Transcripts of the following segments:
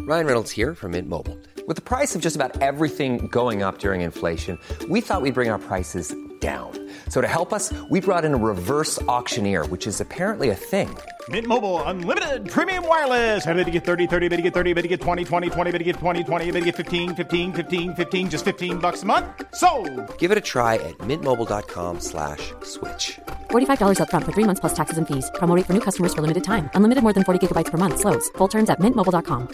Ryan Reynolds here from Mint Mobile. With the price of just about everything going up during inflation, we thought we'd bring our prices down. So to help us, we brought in a reverse auctioneer, which is apparently a thing. Mint Mobile Unlimited Premium Wireless. How to get 30, 30, bit to get 30, bit to get 20, 20, 20, bit to get 20, 20, bit to get 15, 15, 15, 15, just $15 a month? Sold! Give it a try at mintmobile.com/switch. $45 up front for 3 months plus taxes and fees. Promo rate for new customers for limited time. Unlimited more than 40 gigabytes per month. Slows full terms at mintmobile.com.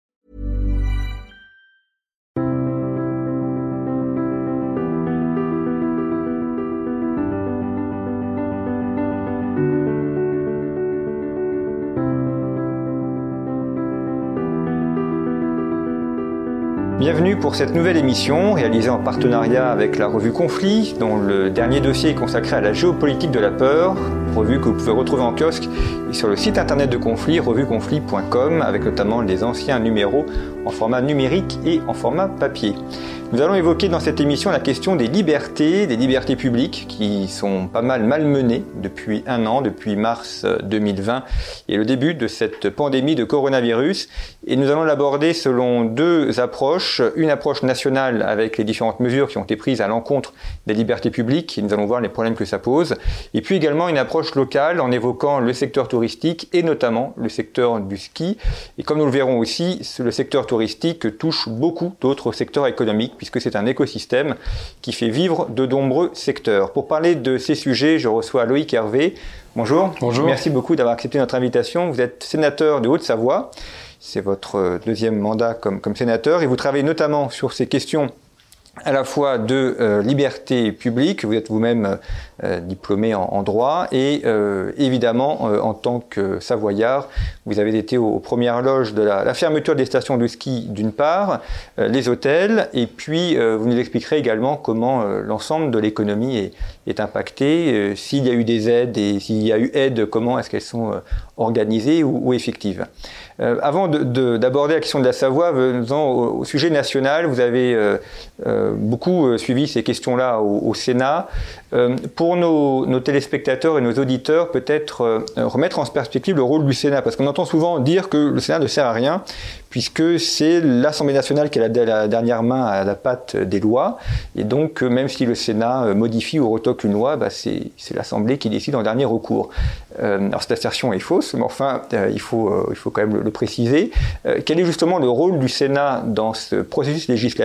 Bienvenue pour cette nouvelle émission réalisée en partenariat avec la revue Conflit, dont le dernier dossier est consacré à la géopolitique de la peur, revue que vous pouvez retrouver en kiosque et sur le site internet de Conflit, revueconflit.com, avec notamment les anciens numéros en format numérique et en format papier. Nous allons évoquer dans cette émission la question des libertés publiques qui sont pas mal malmenées depuis un an, depuis mars 2020 et le début de cette pandémie de coronavirus. Et nous allons l'aborder selon deux approches. Une approche nationale avec les différentes mesures qui ont été prises à l'encontre des libertés publiques, et nous allons voir les problèmes que ça pose. Et puis également une approche locale en évoquant le secteur touristique et notamment le secteur du ski. Et comme nous le verrons aussi, le secteur touristique touche beaucoup d'autres secteurs économiques, puisque c'est un écosystème qui fait vivre de nombreux secteurs. Pour parler de ces sujets, je reçois Loïc Hervé. Bonjour. Bonjour. Merci beaucoup d'avoir accepté notre invitation. Vous êtes sénateur de Haute-Savoie. C'est votre deuxième mandat comme sénateur et vous travaillez notamment sur ces questions à la fois de liberté publique. Vous êtes vous-même diplômé en droit et évidemment en tant que Savoyard, vous avez été aux premières loges de la fermeture des stations de ski d'une part, les hôtels, et puis vous nous expliquerez également comment l'ensemble de l'économie est impacté, s'il y a eu des aides et s'il y a eu aide, comment est-ce qu'elles sont organisées ou effectives. Avant d'aborder la question de la Savoie, venons au sujet national. Vous avez beaucoup suivi ces questions-là au Sénat. Pour nos téléspectateurs et nos auditeurs, peut-être remettre en perspective le rôle du Sénat, parce qu'on entend souvent dire que le Sénat ne sert à rien, puisque c'est l'Assemblée nationale qui a la dernière main à la patte des lois, et donc même si le Sénat modifie ou retoque une loi, c'est l'Assemblée qui décide en dernier recours. Alors cette assertion est fausse, mais enfin il faut quand même le préciser. Quel est justement le rôle du Sénat dans ce processus législatif ?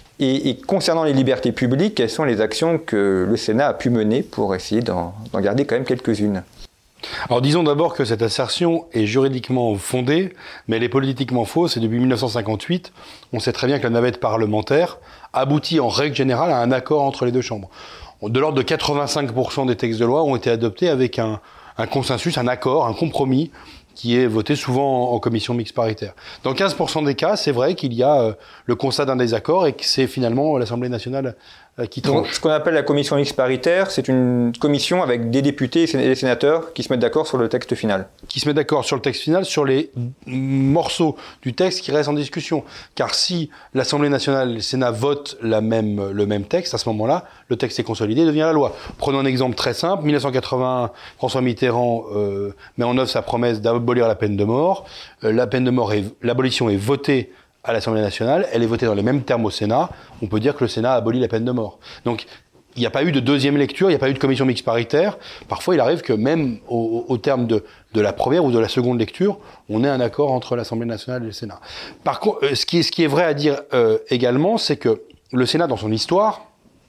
Et concernant les libertés publiques, quelles sont les actions que le Sénat a pu mener pour essayer d'en garder quand même quelques-unes ? Alors disons d'abord que cette assertion est juridiquement fondée, mais elle est politiquement fausse, et depuis 1958, on sait très bien que la navette parlementaire aboutit en règle générale à un accord entre les deux chambres. De l'ordre de 85% des textes de loi ont été adoptés avec un consensus, un accord, un compromis, qui est voté souvent en commission mixte paritaire. Dans 15% des cas, c'est vrai qu'il y a le constat d'un désaccord et que c'est finalement l'Assemblée nationale qui tranche. Donc, ce qu'on appelle la commission mixte paritaire, c'est une commission avec des députés et des sénateurs qui se mettent d'accord sur le texte final. Qui se mettent d'accord sur le texte final, sur les morceaux du texte qui restent en discussion. Car si l'Assemblée nationale et le Sénat votent le même texte, à ce moment-là, le texte est consolidé et devient la loi. Prenons un exemple très simple. 1981, François Mitterrand met en œuvre sa promesse d'abolir la peine de mort. L'abolition est votée à l'Assemblée nationale, elle est votée dans les mêmes termes au Sénat, on peut dire que le Sénat a aboli la peine de mort. Donc, il n'y a pas eu de deuxième lecture, il n'y a pas eu de commission mixte paritaire. Parfois, il arrive que même au terme de la première ou de la seconde lecture, on ait un accord entre l'Assemblée nationale et le Sénat. Par contre, ce qui est vrai à dire également, c'est que le Sénat, dans son histoire,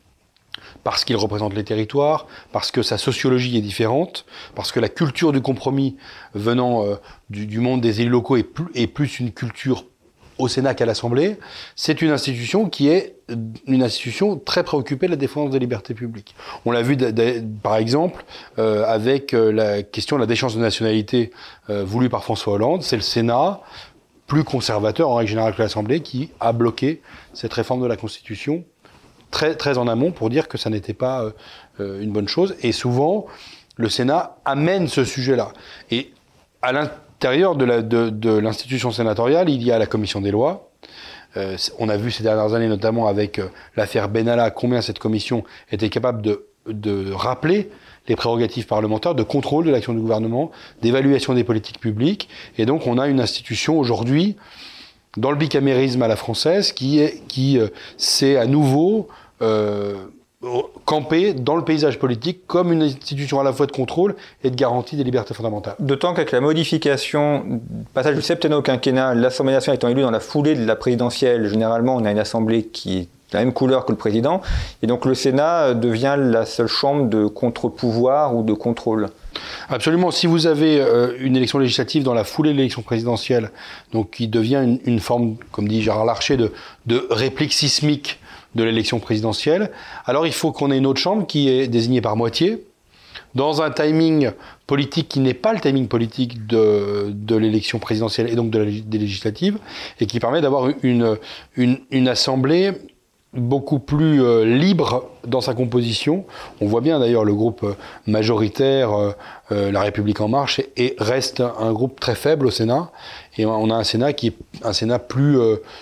parce qu'il représente les territoires, parce que sa sociologie est différente, parce que la culture du compromis venant du monde des élus locaux est plus une culture au Sénat qu'à l'Assemblée, c'est une institution qui est une institution très préoccupée de la défense des libertés publiques. On l'a vu par exemple avec la question de la déchéance de nationalité voulue par François Hollande. C'est le Sénat, plus conservateur en règle générale que l'Assemblée, qui a bloqué cette réforme de la Constitution très, très en amont pour dire que ça n'était pas une bonne chose. Et souvent, le Sénat amène ce sujet-là. Et à l'intérieur de l'institution sénatoriale, il y a la commission des lois. On a vu ces dernières années, notamment avec l'affaire Benalla, combien cette commission était capable de rappeler les prérogatives parlementaires, de contrôle de l'action du gouvernement, d'évaluation des politiques publiques. Et donc, on a une institution aujourd'hui dans le bicamérisme à la française qui s'est à nouveau campé dans le paysage politique comme une institution à la fois de contrôle et de garantie des libertés fondamentales. D'autant qu'avec la modification, passage du septennat au quinquennat, l'Assemblée nationale étant élue dans la foulée de la présidentielle, généralement on a une assemblée qui est de la même couleur que le président, et donc le Sénat devient la seule chambre de contre-pouvoir ou de contrôle. Absolument. Si vous avez une élection législative dans la foulée de l'élection présidentielle, donc qui devient une forme, comme dit Gérard Larcher, de réplique sismique de l'élection présidentielle, alors il faut qu'on ait une autre chambre qui est désignée par moitié, dans un timing politique qui n'est pas le timing politique de l'élection présidentielle et donc des législatives, et qui permet d'avoir une assemblée beaucoup plus libre dans sa composition. On voit bien d'ailleurs le groupe majoritaire, La République En Marche, et reste un groupe très faible au Sénat, et on a un Sénat qui est un Sénat plus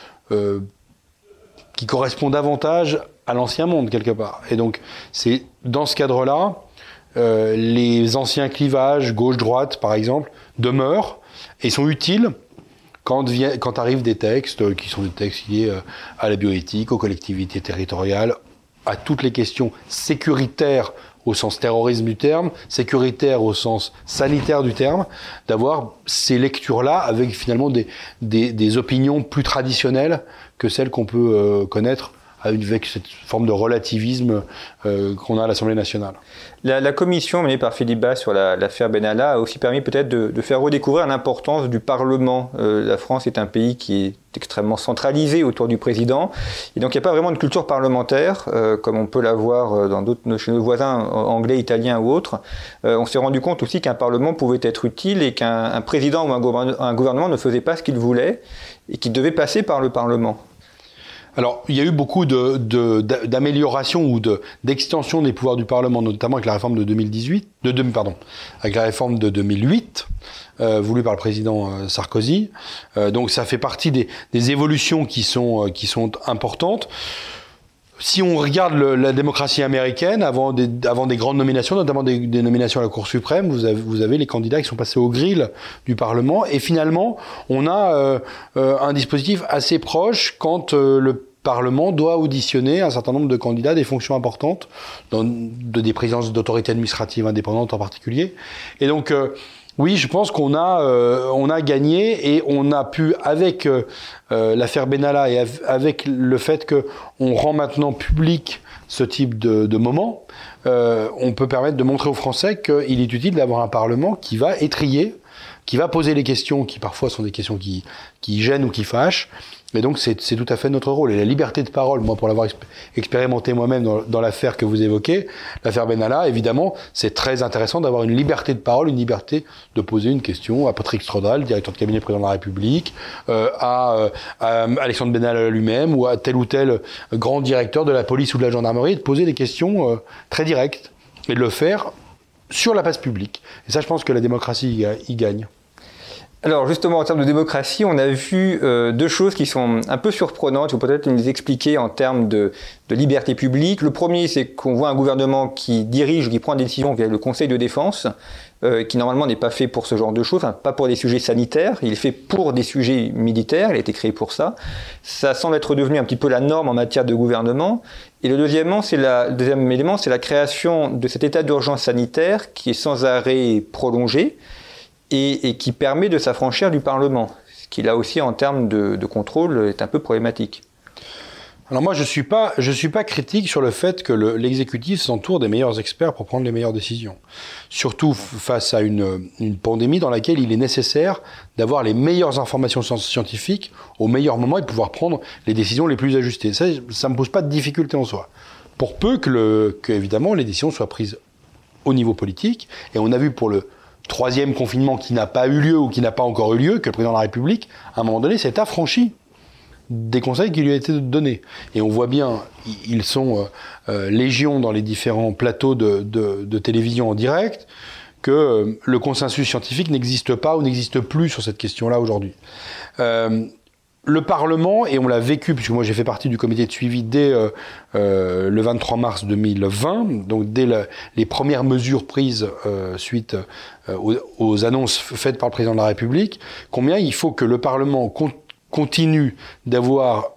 qui correspond davantage à l'ancien monde quelque part. Et donc c'est dans ce cadre-là, les anciens clivages gauche-droite par exemple demeurent et sont utiles quand arrivent des textes qui sont des textes liés à la bioéthique, aux collectivités territoriales, à toutes les questions sécuritaires au sens terrorisme du terme, sécuritaire au sens sanitaire du terme, d'avoir ces lectures-là avec finalement des opinions plus traditionnelles que celles qu'on peut connaître avec cette forme de relativisme qu'on a à l'Assemblée nationale. La commission menée par Philippe Bas sur l'affaire Benalla a aussi permis peut-être de faire redécouvrir l'importance du Parlement. La France est un pays qui est extrêmement centralisé autour du président, et donc il n'y a pas vraiment de culture parlementaire, comme on peut l'avoir chez nos voisins anglais, italiens ou autres. On s'est rendu compte aussi qu'un Parlement pouvait être utile et qu'un président ou un gouvernement ne faisait pas ce qu'il voulait et qu'il devait passer par le Parlement. Alors, il y a eu beaucoup d'améliorations ou d'extension des pouvoirs du Parlement, notamment avec la réforme de 2008, voulue par le président Sarkozy. Donc, ça fait partie des évolutions qui sont importantes. Si on regarde la démocratie américaine, avant des grandes nominations, notamment des nominations à la Cour suprême, vous avez les candidats qui sont passés au grill du Parlement, et finalement, on a un dispositif assez proche quand le Parlement doit auditionner un certain nombre de candidats des fonctions importantes, des présidences d'autorités administratives indépendantes en particulier. Et donc, oui, je pense qu'on a gagné, et on a pu, avec l'affaire Benalla et avec le fait qu'on rend maintenant public ce type de moment, on peut permettre de montrer aux Français qu'il est utile d'avoir un Parlement qui va étrier, qui va poser les questions qui parfois sont des questions qui gênent ou qui fâchent. Mais donc c'est tout à fait notre rôle. Et la liberté de parole, moi pour l'avoir expérimenté moi-même dans l'affaire que vous évoquez, l'affaire Benalla, évidemment, c'est très intéressant d'avoir une liberté de parole, une liberté de poser une question à Patrick Strodal, directeur de cabinet président de la République, à Alexandre Benalla lui-même, ou à tel ou tel grand directeur de la police ou de la gendarmerie, de poser des questions très directes et de le faire sur la place publique. Et ça, je pense que la démocratie y gagne. Alors justement, en termes de démocratie, on a vu deux choses qui sont un peu surprenantes. Il faut peut-être nous expliquer en termes de liberté publique. Le premier, c'est qu'on voit un gouvernement qui dirige, qui prend des décisions via le Conseil de défense, qui normalement n'est pas fait pour ce genre de choses, hein, pas pour des sujets sanitaires. Il est fait pour des sujets militaires, il a été créé pour ça. Ça semble être devenu un petit peu la norme en matière de gouvernement. Et le deuxième élément, c'est la création de cet état d'urgence sanitaire qui est sans arrêt prolongé, et qui permet de s'affranchir du Parlement, ce qui là aussi en termes de contrôle est un peu problématique. Alors moi je suis pas critique sur le fait que l'exécutif s'entoure des meilleurs experts pour prendre les meilleures décisions. Surtout face à une pandémie dans laquelle il est nécessaire d'avoir les meilleures informations scientifiques au meilleur moment et de pouvoir prendre les décisions les plus ajustées. Ça me pose pas de difficulté en soi. Pour peu que évidemment les décisions soient prises au niveau politique, et on a vu pour le troisième confinement qui n'a pas eu lieu ou qui n'a pas encore eu lieu, que le président de la République, à un moment donné, s'est affranchi des conseils qui lui ont été donnés. Et on voit bien, ils sont légion dans les différents plateaux de télévision en direct, que le consensus scientifique n'existe pas ou n'existe plus sur cette question-là aujourd'hui. Le Parlement, et on l'a vécu, puisque moi j'ai fait partie du comité de suivi dès le 23 mars 2020, donc dès les premières mesures prises suite aux annonces faites par le président de la République, combien il faut que le Parlement continue d'avoir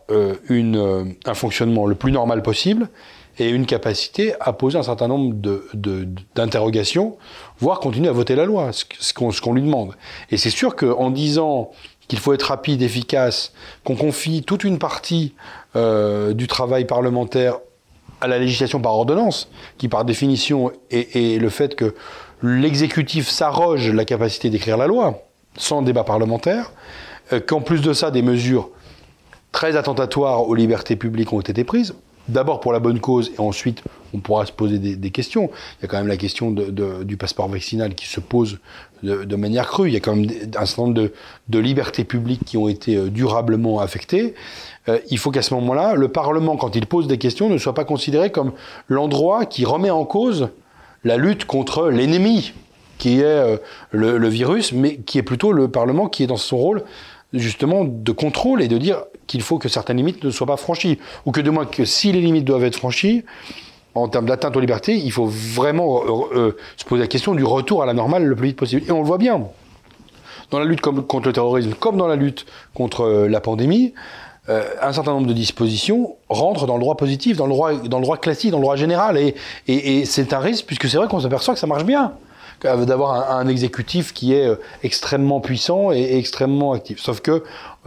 un fonctionnement le plus normal possible et une capacité à poser un certain nombre d'interrogations, voire continuer à voter la loi, ce qu'on lui demande. Et c'est sûr qu'en disant qu'il faut être rapide, efficace, qu'on confie toute une partie du travail parlementaire à la législation par ordonnance, qui par définition est le fait que l'exécutif s'arroge la capacité d'écrire la loi, sans débat parlementaire, qu'en plus de ça, des mesures très attentatoires aux libertés publiques ont été prises, d'abord pour la bonne cause, et ensuite on pourra se poser des questions. Il y a quand même la question du passeport vaccinal qui se pose de manière crue. Il y a quand même un certain nombre de libertés publiques qui ont été durablement affectées. Il faut qu'à ce moment-là, le Parlement, quand il pose des questions, ne soit pas considéré comme l'endroit qui remet en cause la lutte contre l'ennemi, qui est le virus, mais qui est plutôt le Parlement qui est dans son rôle justement de contrôle et de dire qu'il faut que certaines limites ne soient pas franchies, ou que de moins que si les limites doivent être franchies, en termes d'atteinte aux libertés, il faut vraiment se poser la question du retour à la normale le plus vite possible. Et on le voit bien, dans la lutte contre le terrorisme, comme dans la lutte contre la pandémie, un certain nombre de dispositions rentrent dans le droit positif, dans le droit classique, dans le droit général, et c'est un risque, puisque c'est vrai qu'on s'aperçoit que ça marche bien, d'avoir un exécutif qui est extrêmement puissant et extrêmement actif. Sauf que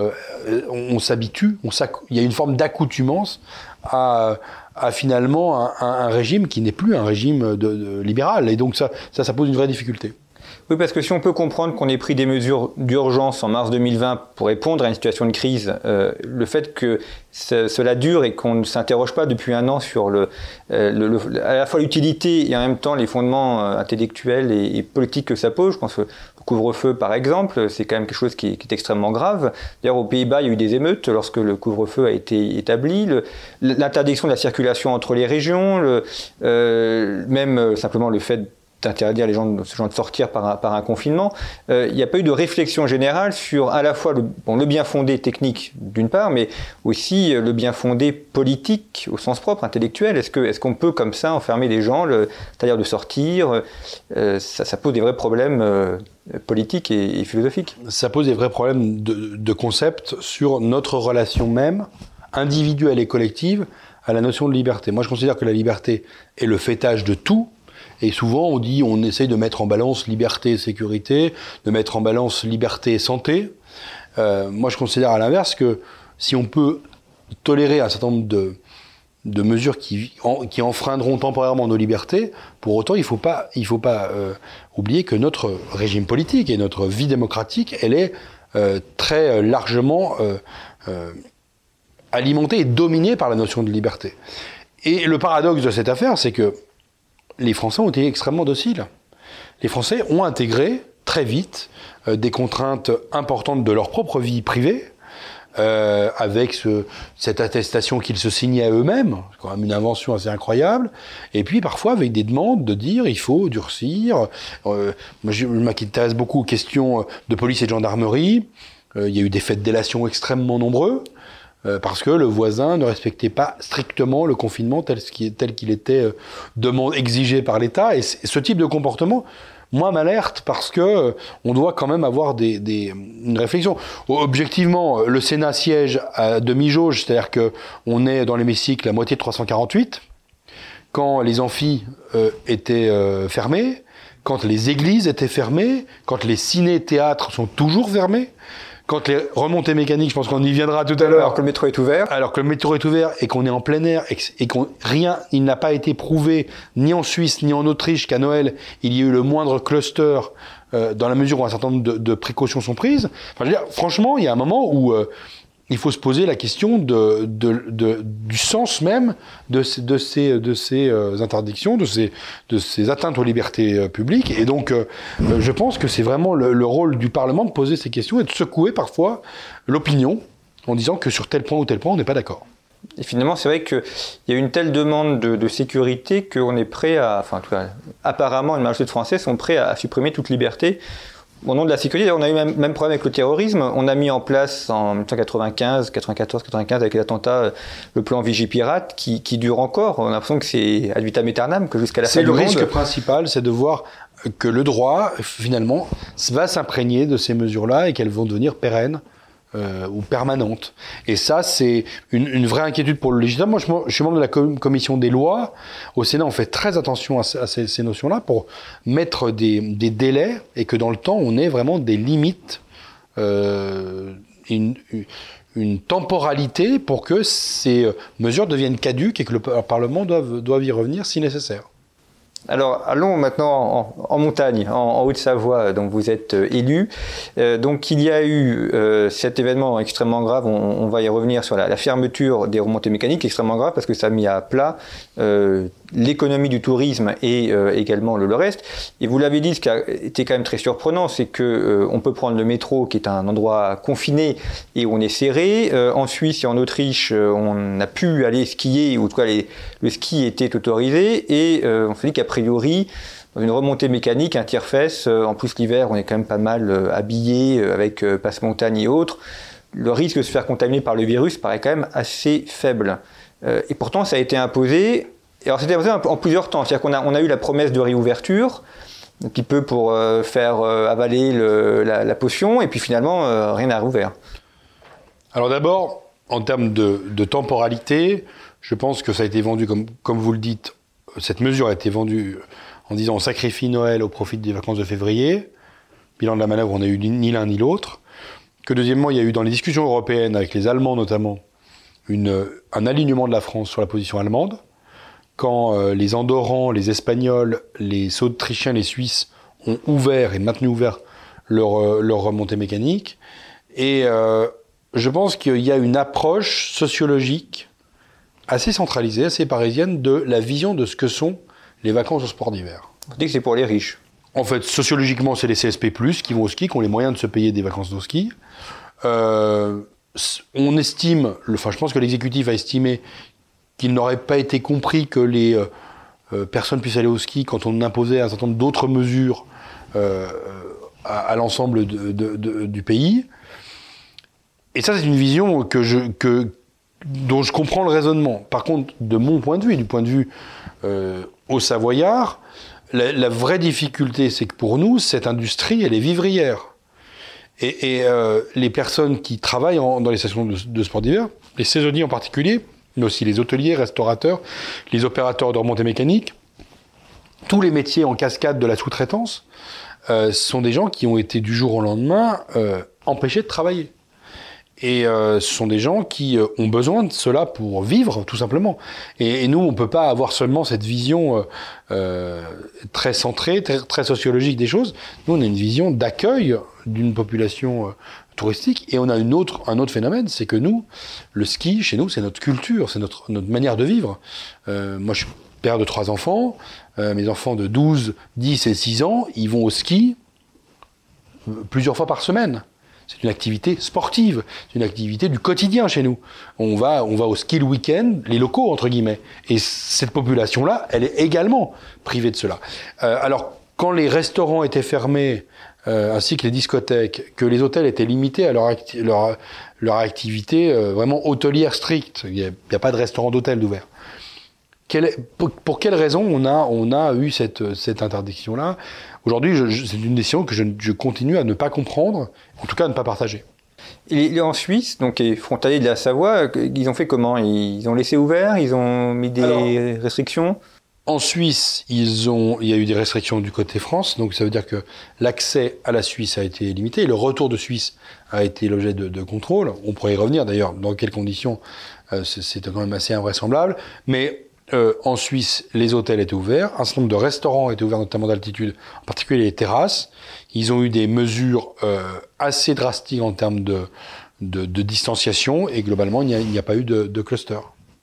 on s'habitue, il y a une forme d'accoutumance à finalement un régime qui n'est plus un régime libéral. Et donc ça pose une vraie difficulté. Oui, parce que si on peut comprendre qu'on ait pris des mesures d'urgence en mars 2020 pour répondre à une situation de crise, le fait que cela dure et qu'on ne s'interroge pas depuis un an sur à la fois l'utilité et en même temps les fondements intellectuels et politiques que ça pose, je pense que le couvre-feu par exemple, c'est quand même quelque chose qui est extrêmement grave. D'ailleurs aux Pays-Bas, il y a eu des émeutes lorsque le couvre-feu a été établi, l'interdiction de la circulation entre les régions, même simplement le fait d'interdire les gens de sortir par un confinement. Il n'y a pas eu de réflexion générale sur à la fois le bien fondé technique d'une part, mais aussi le bien fondé politique au sens propre, intellectuel. Est-ce qu'on peut comme ça enfermer les gens, c'est-à-dire de sortir ça pose des vrais problèmes politiques et philosophiques. Ça pose des vrais problèmes de concept sur notre relation même, individuelle et collective, à la notion de liberté. Moi, je considère que la liberté est le fêtage de tout. Et souvent, on essaye de mettre en balance liberté et sécurité, de mettre en balance liberté et santé. Moi, je considère à l'inverse que si on peut tolérer un certain nombre de mesures qui enfreindront temporairement nos libertés, pour autant, il faut pas oublier que notre régime politique et notre vie démocratique, elle est très largement alimentée et dominée par la notion de liberté. Et le paradoxe de cette affaire, c'est que les Français ont été extrêmement dociles. Les Français ont intégré très vite des contraintes importantes de leur propre vie privée, avec cette attestation qu'ils se signaient à eux-mêmes, c'est quand même une invention assez incroyable, et puis parfois avec des demandes de dire il faut durcir. Moi, je m'intéresse beaucoup aux questions de police et de gendarmerie. Il y a eu des faits de délation extrêmement nombreux, parce que le voisin ne respectait pas strictement le confinement tel qu'il était exigé par l'État. Et ce type de comportement, moi, m'alerte parce que on doit quand même avoir une réflexion. Objectivement, le Sénat siège à demi-jauge, c'est-à-dire qu'on est dans l'hémicycle à moitié de 348, quand les amphis étaient fermés, quand les églises étaient fermées, quand les ciné-théâtres sont toujours fermés, quand les remontées mécaniques, je pense qu'on y viendra tout à l'heure. Alors que le métro est ouvert. Alors que le métro est ouvert et qu'on est en plein air et il n'a pas été prouvé ni en Suisse ni en Autriche qu'à Noël il y ait eu le moindre cluster dans la mesure où un certain nombre de précautions sont prises. Enfin, je veux dire, franchement, il y a un moment où il faut se poser la question du sens même de ces interdictions, de ces atteintes aux libertés publiques. Et donc, je pense que c'est vraiment le rôle du Parlement de poser ces questions et de secouer parfois l'opinion en disant que sur tel point ou tel point, on n'est pas d'accord. Et finalement, c'est vrai qu'il y a une telle demande de sécurité qu'on est prêt en tout cas, apparemment, une majorité de Français sont prêts à supprimer toute liberté au nom de la sécurité. On a eu même problème avec le terrorisme. On a mis en place en 1995, 94, 95 avec les attentats, le plan Vigipirate qui dure encore. On a l'impression que c'est ad vitam aeternam, que jusqu'à la fin du monde. C'est le risque principal, c'est de voir que le droit, finalement, va s'imprégner de ces mesures-là et qu'elles vont devenir pérennes ou permanente. Et ça, c'est une vraie inquiétude pour le législateur. Moi, je suis membre de la commission des lois. Au Sénat, on fait très attention à ces notions-là pour mettre des délais et que dans le temps, on ait vraiment des limites, une temporalité pour que ces mesures deviennent caduques et que le Parlement doive y revenir si nécessaire. Alors, allons maintenant en montagne, en Haute-Savoie, donc vous êtes élu. Donc, il y a eu cet événement extrêmement grave, on va y revenir sur la fermeture des remontées mécaniques, extrêmement grave parce que ça a mis à plat l'économie du tourisme et également le reste. Et vous l'avez dit, ce qui a été quand même très surprenant, c'est que on peut prendre le métro, qui est un endroit confiné et où on est serré. En Suisse et en Autriche, on a pu aller skier, ou en tout cas le ski était autorisé, et on se dit qu'a priori, dans une remontée mécanique, un tire-fesse, en plus l'hiver, on est quand même pas mal habillé avec passe-montagne et autres. Le risque de se faire contaminer par le virus paraît quand même assez faible. Et pourtant, ça a été imposé. Et alors, c'était imposé en plusieurs temps. C'est-à-dire qu'on a eu la promesse de réouverture, un petit peu pour faire avaler la potion, et puis finalement, rien n'a rouvert. Alors d'abord, en termes de temporalité, je pense que ça a été vendu, comme vous le dites, cette mesure a été vendue en disant on sacrifie Noël au profit des vacances de février. Bilan de la manœuvre, on n'a eu ni l'un ni l'autre. Que deuxièmement, il y a eu dans les discussions européennes, avec les Allemands notamment, un alignement de la France sur la position allemande. Quand les Andorrans, les Espagnols, les Autrichiens, les Suisses ont ouvert et maintenu ouvert leur remontée mécanique. Et je pense qu'il y a une approche sociologique assez centralisée, assez parisienne, de la vision de ce que sont les vacances au sport d'hiver. On dit que c'est pour les riches. En fait, sociologiquement, c'est les CSP+, qui vont au ski, qui ont les moyens de se payer des vacances de ski. On estime, je pense que l'exécutif a estimé qu'il n'aurait pas été compris que les personnes puissent aller au ski quand on imposait un certain nombre d'autres mesures à l'ensemble du pays. Et ça, c'est une vision dont je comprends le raisonnement. Par contre, de mon point de vue, et du point de vue au Savoyard, la vraie difficulté, c'est que pour nous, cette industrie, elle est vivrière. Et les personnes qui travaillent dans les stations de sport d'hiver, les saisonniers en particulier, mais aussi les hôteliers, restaurateurs, les opérateurs de remontée mécanique, tous les métiers en cascade de la sous-traitance, sont des gens qui ont été du jour au lendemain empêchés de travailler. Et ce sont des gens qui ont besoin de cela pour vivre, tout simplement. Et nous, on ne peut pas avoir seulement cette vision très centrée, très sociologique des choses. Nous, on a une vision d'accueil d'une population touristique. Et on a un autre phénomène, c'est que nous, le ski, chez nous, c'est notre culture, c'est notre manière de vivre. Moi, je suis père de 3 enfants. Mes enfants de 12, 10 et 6 ans, ils vont au ski plusieurs fois par semaine. C'est une activité sportive, c'est une activité du quotidien chez nous. On va au ski le week-end, les locaux entre guillemets. Et cette population-là, elle est également privée de cela. Alors, quand les restaurants étaient fermés, ainsi que les discothèques, que les hôtels étaient limités à leur activité vraiment hôtelière stricte, il n'y a pas de restaurant d'hôtel d'ouvert. Pour quelle raison on a eu cette interdiction-là ? Aujourd'hui, c'est une décision que je continue à ne pas comprendre, en tout cas à ne pas partager. Et en Suisse, donc les frontaliers de la Savoie, ils ont fait comment ? Ils ont laissé ouvert ? Ils ont mis des restrictions ? En Suisse, il y a eu des restrictions du côté France, donc ça veut dire que l'accès à la Suisse a été limité, le retour de Suisse a été l'objet de contrôle. On pourrait y revenir d'ailleurs, dans quelles conditions, c'est quand même assez invraisemblable, mais en Suisse, les hôtels étaient ouverts, un certain nombre de restaurants étaient ouverts, notamment d'altitude, en particulier les terrasses. Ils ont eu des mesures assez drastiques en termes de distanciation, et globalement, il n'y a pas eu de cluster.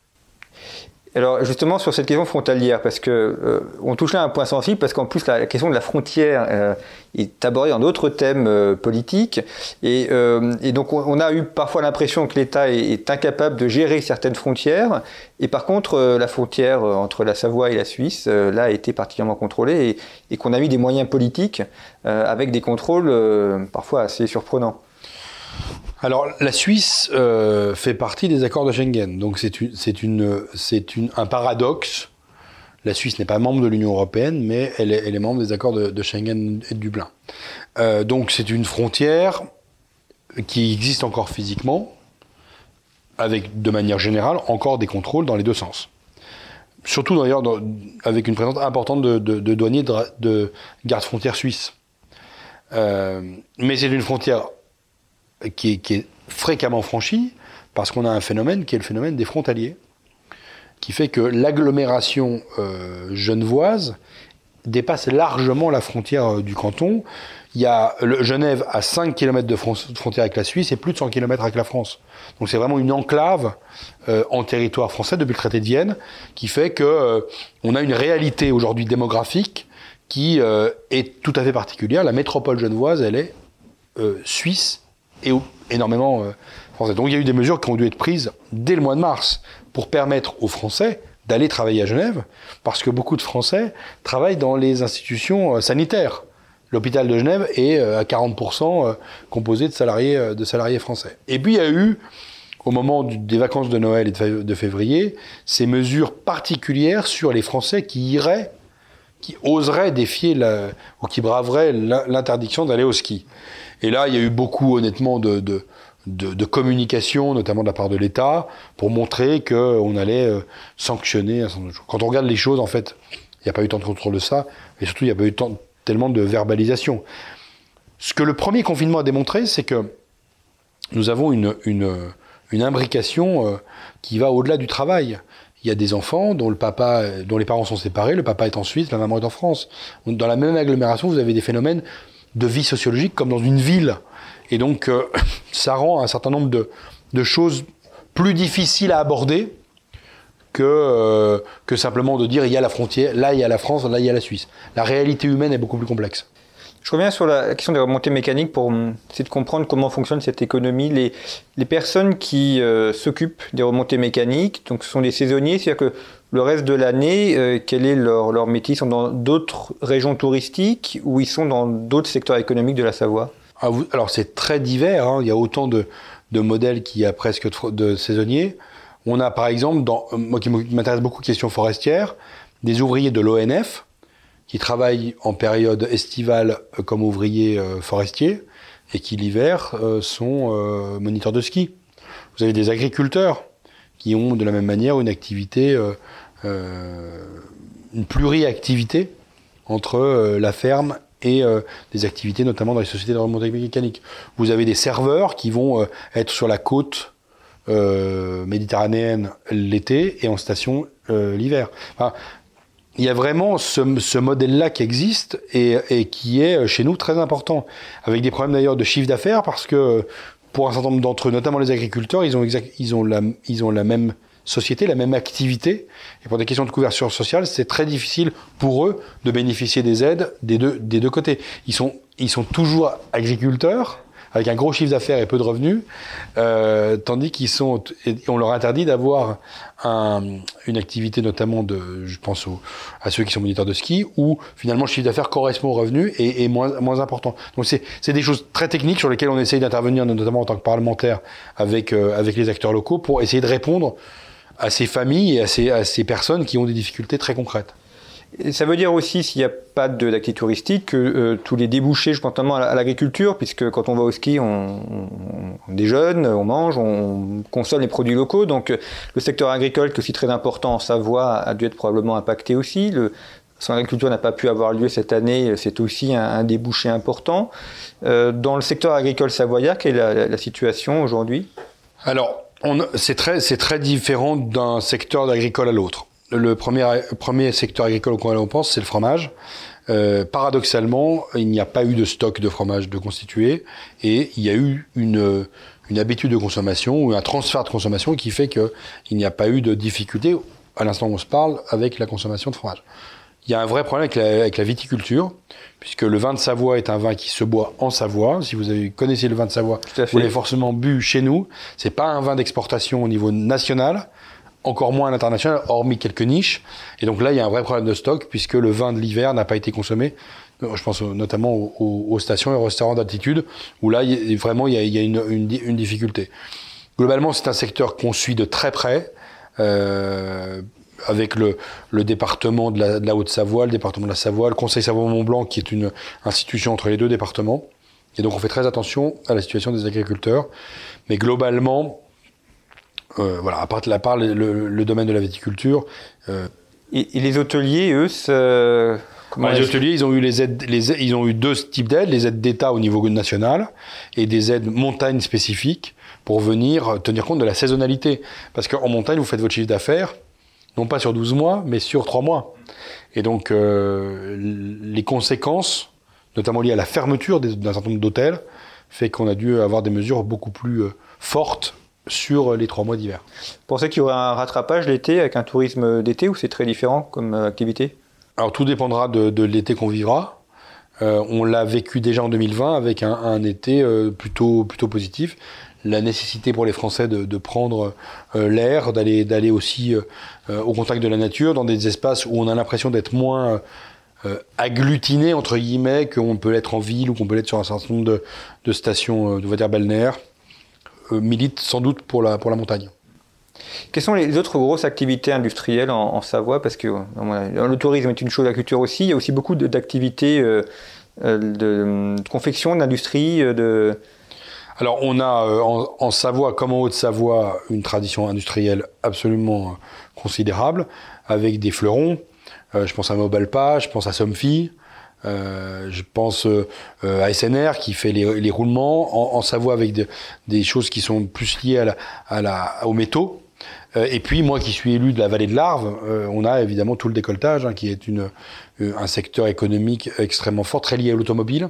Alors justement sur cette question frontalière, parce que on touche là un point sensible, parce qu'en plus la question de la frontière est abordée dans d'autres thèmes politiques, et donc on a eu parfois l'impression que l'État est incapable de gérer certaines frontières, et par contre la frontière entre la Savoie et la Suisse là a été particulièrement contrôlée, et qu'on a mis des moyens politiques avec des contrôles parfois assez surprenants. Alors, la Suisse fait partie des accords de Schengen, donc c'est un paradoxe. La Suisse n'est pas membre de l'Union européenne, mais elle est membre des accords de Schengen et de Dublin. Donc c'est une frontière qui existent encore physiquement, avec, de manière générale, encore des contrôles dans les deux sens. Surtout d'ailleurs avec une présence importante de douaniers de gardes-frontières suisses. Mais c'est une frontière qui est fréquemment franchie, parce qu'on a un phénomène qui est le phénomène des frontaliers, qui fait que l'agglomération genevoise dépasse largement la frontière du canton. Il y a Genève à 5 km de frontière avec la Suisse et plus de 100 km avec la France. Donc c'est vraiment une enclave en territoire français depuis le traité de Vienne, qui fait que on a une réalité aujourd'hui démographique qui est tout à fait particulière. La métropole genevoise, elle est suisse et énormément française. Donc il y a eu des mesures qui ont dû être prises dès le mois de mars pour permettre aux Français d'aller travailler à Genève, parce que beaucoup de Français travaillent dans les institutions sanitaires. L'hôpital de Genève est à 40% composé de salariés français. Et puis il y a eu, au moment des vacances de Noël et de février, ces mesures particulières sur les Français qui oseraient défier ou qui braveraient l'interdiction d'aller au ski. Et là, il y a eu beaucoup, honnêtement, de communication, notamment de la part de l'État, pour montrer qu'on allait sanctionner un certain nombre de choses. Quand on regarde les choses, en fait, il n'y a pas eu tant de contrôle de ça, et surtout, il n'y a pas eu tellement de verbalisation. Ce que le premier confinement a démontré, c'est que nous avons une imbrication qui va au-delà du travail. Il y a des enfants dont les parents sont séparés, le papa est en Suisse, la maman est en France. Dans la même agglomération, vous avez des phénomènes de vie sociologique comme dans une ville. Et donc, ça rend un certain nombre de choses plus difficiles à aborder que simplement de dire il y a la frontière, là il y a la France, là il y a la Suisse. La réalité humaine est beaucoup plus complexe. Je reviens sur la question des remontées mécaniques pour essayer de comprendre comment fonctionne cette économie. Les personnes qui s'occupent des remontées mécaniques, donc ce sont des saisonniers, c'est-à-dire que le reste de l'année, quel est leur métier? Ils sont dans d'autres régions touristiques ou ils sont dans d'autres secteurs économiques de la Savoie? Alors c'est très divers, hein. Il y a autant de modèles qu'il y a presque de saisonniers. On a par exemple, moi qui m'intéresse beaucoup, questions forestières, des ouvriers de l'ONF qui travaillent en période estivale comme ouvriers forestiers et qui l'hiver sont moniteurs de ski. Vous avez des agriculteurs qui ont de la même manière une activité, une pluriactivité entre la ferme et des activités notamment dans les sociétés de remontée mécanique. Vous avez des serveurs qui vont être sur la côte méditerranéenne l'été et en station l'hiver. Enfin, il y a vraiment ce modèle-là qui existe et qui est chez nous très important, avec des problèmes d'ailleurs de chiffre d'affaires, parce que pour un certain nombre d'entre eux, notamment les agriculteurs, ils ont la même société, la même activité, et pour des questions de couverture sociale, c'est très difficile pour eux de bénéficier des aides des deux côtés. Ils sont toujours agriculteurs, avec un gros chiffre d'affaires et peu de revenus, tandis on leur interdit d'avoir une activité notamment je pense à ceux qui sont moniteurs de ski, où finalement le chiffre d'affaires correspond aux revenus et est moins important. Donc c'est des choses très techniques sur lesquelles on essaye d'intervenir, notamment en tant que parlementaire, avec les acteurs locaux, pour essayer de répondre à ces familles et à ces personnes qui ont des difficultés très concrètes. Et ça veut dire aussi, s'il n'y a pas d'activité touristique, que tous les débouchés, je pense notamment à l'agriculture, puisque quand on va au ski, on déjeune, on mange, on consomme les produits locaux. Donc le secteur agricole, qui est aussi très important en Savoie, a dû être probablement impacté aussi. Son agriculture n'a pas pu avoir lieu cette année, c'est aussi un débouché important. Dans le secteur agricole savoyard, quelle est la situation aujourd'hui? Alors, c'est très différent d'un secteur agricole à l'autre. Le premier secteur agricole auquel on pense, c'est le fromage. Paradoxalement, il n'y a pas eu de stock de fromage de constitué et il y a eu une habitude de consommation ou un transfert de consommation qui fait qu'il n'y a pas eu de difficulté, à l'instant où on se parle, avec la consommation de fromage. Il y a un vrai problème avec la viticulture, puisque le vin de Savoie est un vin qui se boit en Savoie. Si vous connaissez le vin de Savoie, vous l'avez forcément bu chez nous. C'est pas un vin d'exportation au niveau national, encore moins à l'international, hormis quelques niches. Et donc là, il y a un vrai problème de stock, puisque le vin de l'hiver n'a pas été consommé. Je pense notamment aux stations et aux restaurants d'altitude, où là, il y a une difficulté. Globalement, c'est un secteur qu'on suit de très près, avec le département de la Haute-Savoie, le département de la Savoie, le Conseil Savoie-Mont-Blanc, qui est une institution entre les deux départements, Et donc on fait très attention à la situation des agriculteurs. Mais globalement, à part le domaine de la viticulture... Et les hôteliers, eux, les hôteliers, ils ont eu ils ont eu deux types d'aides, les aides d'État au niveau national et des aides montagne spécifiques pour venir tenir compte de la saisonnalité. Parce qu'en montagne, vous faites votre chiffre d'affaires, non pas sur 12 mois, mais sur 3 mois. Et donc, les conséquences, notamment liées à la fermeture d'un certain nombre d'hôtels, fait qu'on a dû avoir des mesures beaucoup plus fortes sur les 3 mois d'hiver. Vous pensez qu'il y aura un rattrapage l'été avec un tourisme d'été ou c'est très différent comme activité ? Alors tout dépendra de l'été qu'on vivra. On l'a vécu déjà en 2020 avec un été plutôt positif. La nécessité pour les Français de prendre l'air, d'aller aussi au contact de la nature, dans des espaces où on a l'impression d'être moins agglutiné, entre guillemets, qu'on peut l'être en ville ou qu'on peut l'être sur un certain nombre de stations balnéaires, milite sans doute pour la montagne. Quelles sont les autres grosses activités industrielles en Savoie ? Parce que le tourisme est une chose, la culture aussi. Il y a aussi beaucoup d'activités de confection, d'industrie. Alors on a en Savoie, comme en Haute-Savoie, une tradition industrielle absolument considérable, avec des fleurons. Je pense à Mobalpa, je pense à Somfy. Je pense à SNR qui fait les roulements en Savoie avec des choses qui sont plus liées aux métaux. Et puis moi qui suis élu de la vallée de l'Arve, on a évidemment tout le décolletage qui est un secteur économique extrêmement fort, très lié à l'automobile,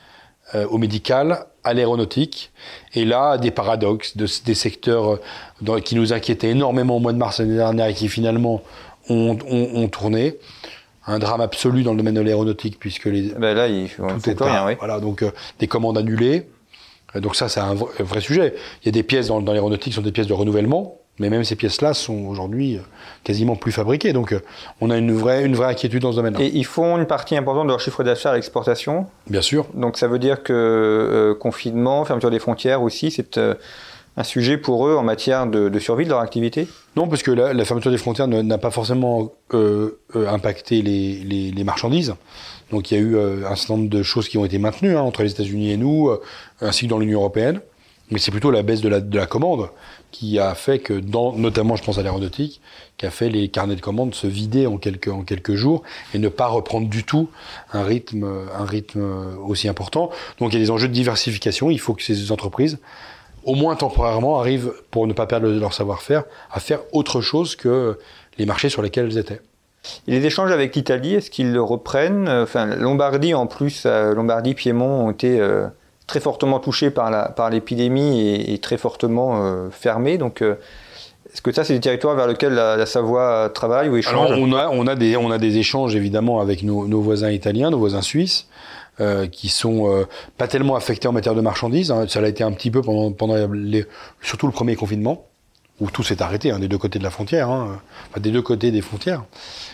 au médical, à l'aéronautique. Et là, des paradoxes, des secteurs qui nous inquiétaient énormément au mois de mars l'année dernière et qui finalement ont tourné. Un drame absolu dans le domaine de l'aéronautique puisque là, il faut rien, oui. Voilà, donc des commandes annulées. Donc ça, c'est un vrai sujet. Il y a des pièces dans l'aéronautique qui sont des pièces de renouvellement, mais même ces pièces-là sont aujourd'hui quasiment plus fabriquées. Donc on a une vraie inquiétude dans ce domaine-là. Et ils font une partie importante de leur chiffre d'affaires à l'exportation ? Bien sûr. Donc ça veut dire que confinement, fermeture des frontières aussi, c'est un sujet pour eux en matière de survie de leur activité ? Non, parce que la fermeture des frontières n'a pas forcément impacté les marchandises. Donc il y a eu un certain nombre de choses qui ont été maintenues entre les États-Unis et nous, ainsi que dans l'Union européenne. Mais c'est plutôt la baisse de la commande qui a fait que, notamment je pense à l'aéronautique, qui a fait les carnets de commandes se vider en quelques jours et ne pas reprendre du tout un rythme aussi important. Donc il y a des enjeux de diversification. Il faut que ces entreprises, au moins temporairement, arrivent, pour ne pas perdre leur savoir-faire, à faire autre chose que les marchés sur lesquels elles étaient. Et les échanges avec l'Italie, est-ce qu'ils le reprennent ? Lombardie, en plus, Lombardie, Piémont ont été très fortement touchés par l'épidémie et très fortement fermés. Donc, est-ce que ça, c'est des territoires vers lesquels la Savoie travaille ou échange ? Alors, on a des échanges, évidemment, avec nos voisins italiens, nos voisins suisses, qui sont pas tellement affectés en matière de marchandises. Ça l'a été un petit peu pendant surtout le premier confinement, où tout s'est arrêté, des deux côtés de la frontière, des deux côtés des frontières.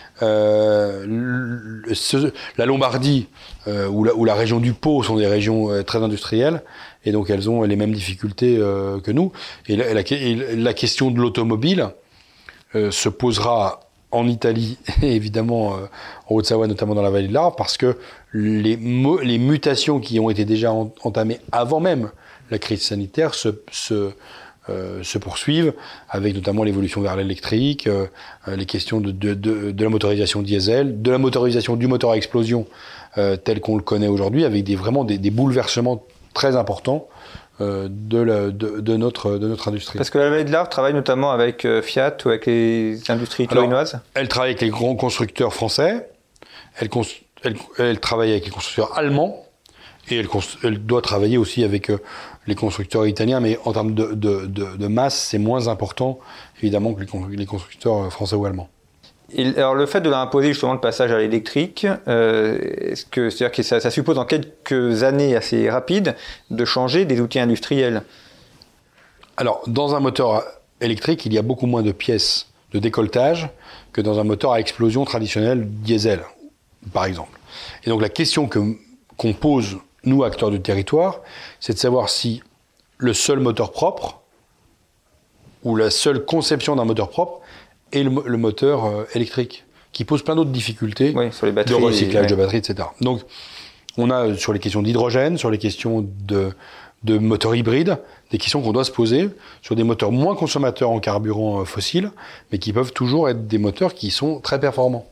La Lombardie ou la région du Pô sont des régions très industrielles, et donc elles ont les mêmes difficultés que nous. Et la question de l'automobile se posera en Italie et évidemment en Haute-Savoie, notamment dans la vallée de l'Arve, parce que les mutations qui ont été déjà entamées avant même la crise sanitaire se poursuivent, avec notamment l'évolution vers l'électrique, les questions de la motorisation diesel, de la motorisation du moteur à explosion tel qu'on le connaît aujourd'hui, avec vraiment des bouleversements très importants de notre industrie. Parce que la vallée de l'Arve travaille notamment avec Fiat ou avec les industries turinoises ? Elle travaille avec les grands constructeurs français, elle travaille avec les constructeurs allemands, et elle doit travailler aussi avec les constructeurs italiens, mais en termes de masse, c'est moins important, évidemment, que les constructeurs français ou allemands. Et alors, le fait de leur imposer justement le passage à l'électrique, c'est-à-dire que ça suppose en quelques années assez rapides de changer des outils industriels ? Alors, dans un moteur électrique, il y a beaucoup moins de pièces de décolletage que dans un moteur à explosion traditionnel diesel, par exemple. Et donc, la question qu'on pose, nous, acteurs du territoire, c'est de savoir si le seul moteur propre ou la seule conception d'un moteur propre est le moteur électrique, qui pose plein d'autres difficultés, sur les batteries, de recyclage de batteries, etc. Donc, On a sur les questions d'hydrogène, sur les questions de moteurs hybrides, des questions qu'on doit se poser sur des moteurs moins consommateurs en carburant fossile, mais qui peuvent toujours être des moteurs qui sont très performants.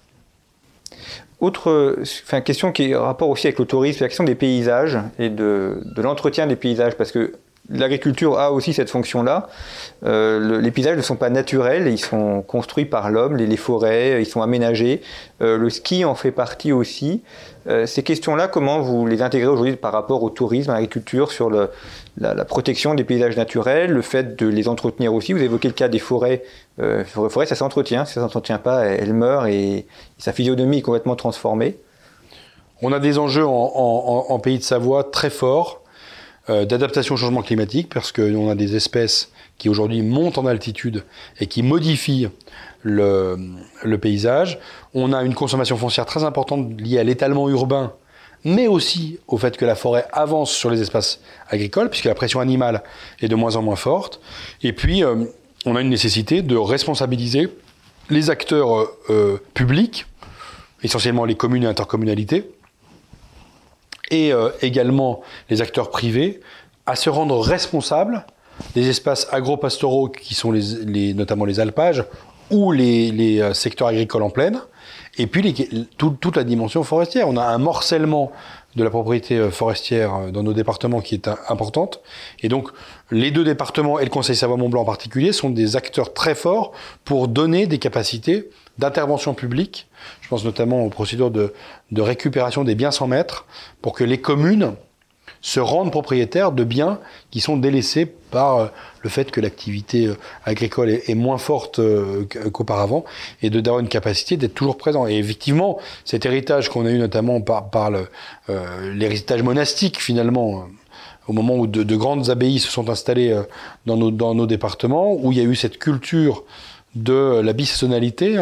Autre question qui est en rapport aussi avec le tourisme, la question des paysages et de l'entretien des paysages, parce que l'agriculture a aussi cette fonction-là. Les paysages ne sont pas naturels, ils sont construits par l'homme, les forêts, ils sont aménagés. Le ski en fait partie aussi. Ces questions-là, comment vous les intégrez aujourd'hui par rapport au tourisme, à l'agriculture, sur la protection des paysages naturels, le fait de les entretenir aussi? Vous évoquez le cas des forêts. Les forêts, ça s'entretient. Si ça ne s'entretient pas, elles meurent et sa physionomie est complètement transformée. On a des enjeux en Pays de Savoie très forts. D'adaptation au changement climatique, parce qu'on a des espèces qui aujourd'hui montent en altitude et qui modifient le paysage. On a une consommation foncière très importante liée à l'étalement urbain, mais aussi au fait que la forêt avance sur les espaces agricoles, puisque la pression animale est de moins en moins forte. Et puis, on a une nécessité de responsabiliser les acteurs publics, essentiellement les communes et intercommunalités, et également les acteurs privés, à se rendre responsables des espaces agro-pastoraux qui sont notamment les alpages ou les secteurs agricoles en plaine, et puis toute la dimension forestière. On a un morcellement de la propriété forestière dans nos départements qui est importante, et donc les deux départements et le Conseil Savoie-Mont-Blanc en particulier sont des acteurs très forts pour donner des capacités d'intervention publique. Je pense notamment aux procédures de récupération des biens sans maître, pour que les communes se rendent propriétaires de biens qui sont délaissés par le fait que l'activité agricole est moins forte qu'auparavant, et d'avoir une capacité d'être toujours présent. Et effectivement, cet héritage qu'on a eu notamment par l'héritage monastique, finalement, au moment où de grandes abbayes se sont installées dans nos départements, où il y a eu cette culture de la bisaisonnalité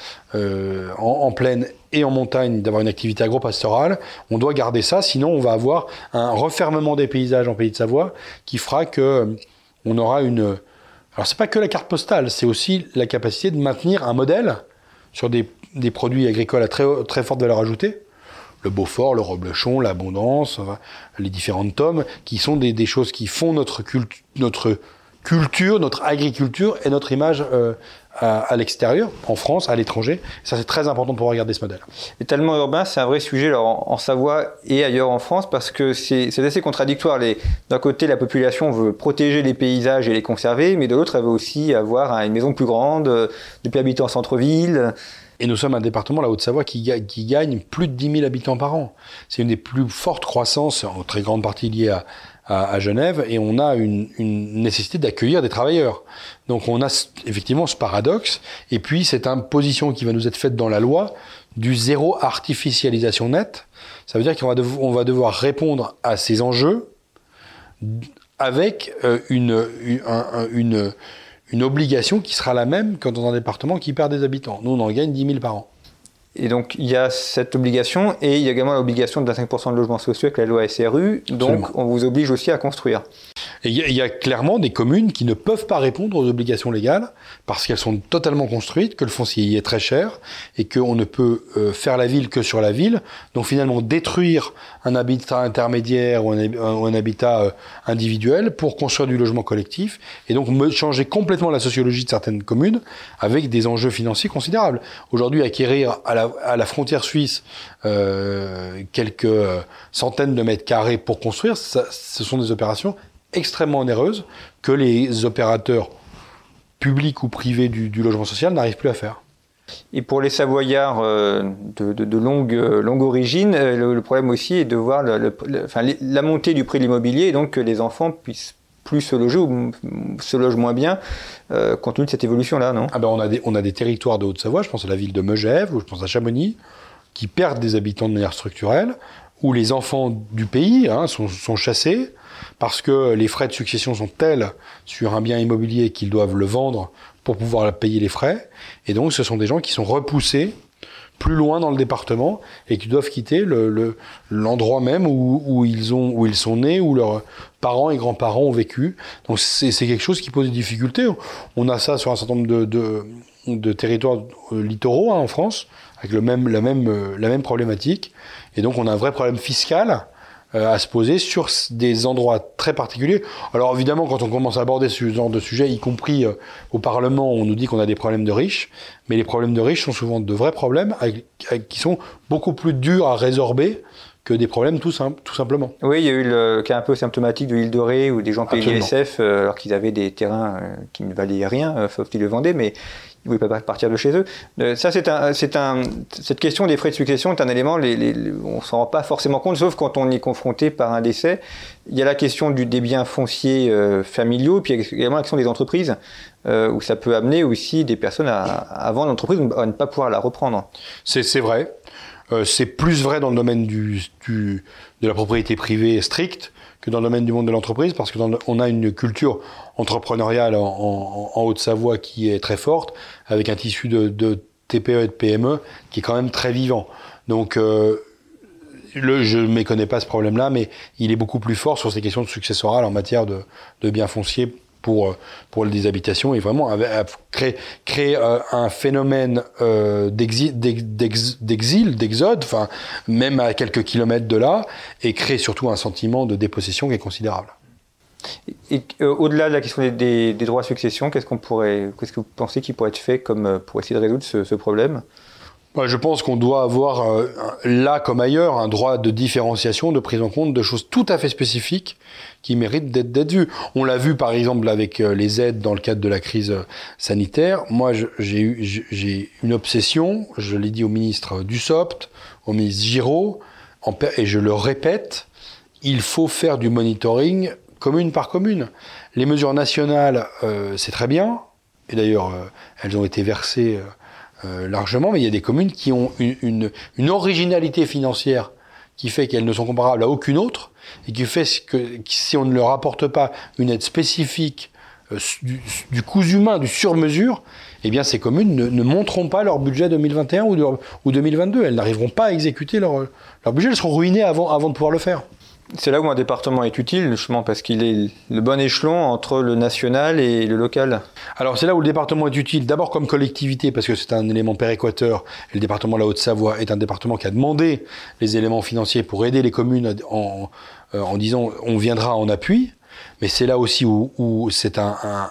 en plaine et en montagne, d'avoir une activité agro-pastorale. On doit garder ça, sinon on va avoir un refermement des paysages en Pays de Savoie qui fera que on aura une... Alors c'est pas que la carte postale, c'est aussi la capacité de maintenir un modèle sur des produits agricoles à très, très forte valeur ajoutée, le Beaufort, le Reblochon, l'Abondance, les différentes tomes, qui sont des choses qui font notre culture, notre agriculture et notre image à l'extérieur, en France, à l'étranger. Ça, c'est très important pour regarder ce modèle. L'étalement urbain, c'est un vrai sujet alors, en Savoie et ailleurs en France, parce que c'est assez contradictoire. D'un côté, la population veut protéger les paysages et les conserver, mais de l'autre, elle veut aussi avoir une maison plus grande, depuis habiter en centre-ville. Et nous sommes un département, la Haute-Savoie, qui gagne plus de 10 000 habitants par an. C'est une des plus fortes croissances, en très grande partie liée à Genève, et on a une nécessité d'accueillir des travailleurs. Donc on a effectivement ce paradoxe, et puis cette imposition qui va nous être faite dans la loi du zéro artificialisation nette. Ça veut dire qu'on va devoir répondre à ces enjeux avec une obligation qui sera la même que dans un département qui perd des habitants. Nous, on en gagne 10 000 par an. Et donc, il y a cette obligation, et il y a également l'obligation de 25% de logements sociaux avec la loi SRU. Donc, absolument. On vous oblige aussi à construire. Et il y a clairement des communes qui ne peuvent pas répondre aux obligations légales parce qu'elles sont totalement construites, que le foncier y est très cher et qu'on ne peut faire la ville que sur la ville. Donc finalement, détruire un habitat intermédiaire ou un habitat individuel pour construire du logement collectif, et donc changer complètement la sociologie de certaines communes avec des enjeux financiers considérables. Aujourd'hui, acquérir à la frontière suisse quelques centaines de mètres carrés pour construire, ce sont des opérations extrêmement onéreuses que les opérateurs publics ou privés du logement social n'arrivent plus à faire. Et pour les Savoyards de longue origine, le problème aussi est de voir la montée du prix de l'immobilier, et donc que les enfants puissent plus se loger ou se logent moins bien compte tenu de cette évolution-là, non ? On a des territoires de Haute-Savoie, je pense à la ville de Megève, ou je pense à Chamonix, qui perdent des habitants de manière structurelle, où les enfants du pays sont chassés, parce que les frais de succession sont tels sur un bien immobilier qu'ils doivent le vendre pour pouvoir payer les frais. Et donc, ce sont des gens qui sont repoussés plus loin dans le département et qui doivent quitter l'endroit même où ils sont nés, où leurs parents et grands-parents ont vécu. Donc c'est quelque chose qui pose des difficultés. On a ça sur un certain nombre de territoires littoraux en France, avec la même problématique. Et donc on a un vrai problème fiscal à se poser sur des endroits très particuliers. Alors évidemment, quand on commence à aborder ce genre de sujet, y compris au Parlement, on nous dit qu'on a des problèmes de riches, mais les problèmes de riches sont souvent de vrais problèmes qui sont beaucoup plus durs à résorber que des problèmes tout simplement. Oui, il y a eu le cas un peu symptomatique de l'île de Ré où des gens payaient l'ISF alors qu'ils avaient des terrains qui ne valaient rien, sauf qu'ils le vendaient, mais ils ne pouvaient pas partir de chez eux. Ça, cette question des frais de succession est un élément, on ne s'en rend pas forcément compte, sauf quand on est confronté par un décès. Il y a la question des biens fonciers familiaux, puis il y a également la question des entreprises, où ça peut amener aussi des personnes à vendre l'entreprise, à ne pas pouvoir la reprendre. C'est vrai. C'est plus vrai dans le domaine de la propriété privée stricte que dans le domaine du monde de l'entreprise, parce que on a une culture entrepreneuriale en Haute-Savoie qui est très forte, avec un tissu de TPE et de PME qui est quand même très vivant. Donc je ne méconnais pas ce problème-là, mais il est beaucoup plus fort sur ces questions de successoral en matière de biens fonciers pour les habitations, et vraiment créer un phénomène d'exil, d'exode, enfin même à quelques kilomètres de là, et créer surtout un sentiment de dépossession qui est considérable. Et au-delà de la question des droits de succession, qu'est-ce que vous pensez qui pourrait être fait pour essayer de résoudre ce problème ? Je pense qu'on doit avoir, là comme ailleurs, un droit de différenciation, de prise en compte de choses tout à fait spécifiques qui méritent d'être vues. On l'a vu par exemple avec les aides dans le cadre de la crise sanitaire. Moi, j'ai une obsession, je l'ai dit au ministre Dussopt, au ministre Giraud, et je le répète, il faut faire du monitoring commune par commune. Les mesures nationales, c'est très bien, et d'ailleurs, elles ont été versées largement, mais il y a des communes qui ont une originalité financière qui fait qu'elles ne sont comparables à aucune autre, et qui fait que si on ne leur apporte pas une aide spécifique du coût humain, du sur-mesure, eh bien ces communes ne monteront pas leur budget 2021 ou 2022. Elles n'arriveront pas à exécuter leur budget, elles seront ruinées avant de pouvoir le faire. C'est là où un département est utile, justement, parce qu'il est le bon échelon entre le national et le local. Alors c'est là où le département est utile, d'abord comme collectivité, parce que c'est un élément péréquateur, et le département de la Haute-Savoie est un département qui a demandé les éléments financiers pour aider les communes en disant on viendra en appui, mais c'est là aussi où c'est un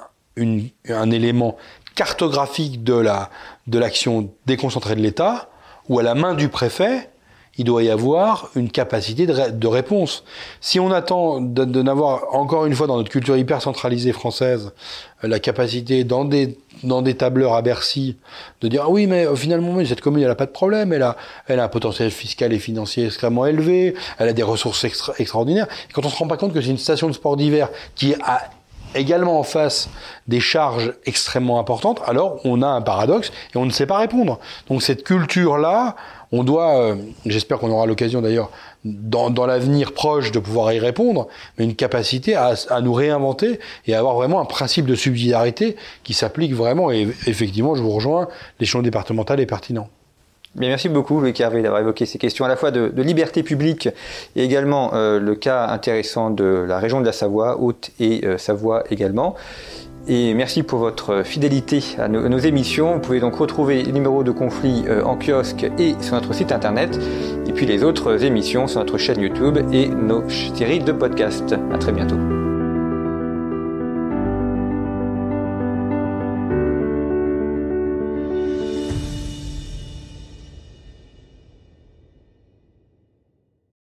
élément cartographique de l'action déconcentrée de l'État, où à la main du préfet, il doit y avoir une capacité de réponse. Si on attend de n'avoir, encore une fois, dans notre culture hyper centralisée française, la capacité dans des tableurs à Bercy, de dire, ah oui, mais finalement, cette commune, elle a pas de problème, elle a un potentiel fiscal et financier extrêmement élevé, elle a des ressources extraordinaires. Et quand on se rend pas compte que c'est une station de sport d'hiver qui a également en face des charges extrêmement importantes, alors on a un paradoxe et on ne sait pas répondre. Donc cette culture-là, on doit, j'espère qu'on aura l'occasion d'ailleurs dans l'avenir proche de pouvoir y répondre, mais une capacité à nous réinventer et à avoir vraiment un principe de subsidiarité qui s'applique vraiment. Et effectivement, je vous rejoins, l'échelon départemental est pertinent. Bien, merci beaucoup Loïc Hervé d'avoir évoqué ces questions à la fois de liberté publique et également le cas intéressant de la région de la Savoie, Haute et Savoie également. Et merci pour votre fidélité à nos émissions. Vous pouvez donc retrouver les numéros de conflit en kiosque et sur notre site internet, et puis les autres émissions sur notre chaîne YouTube et nos séries de podcasts. À très bientôt.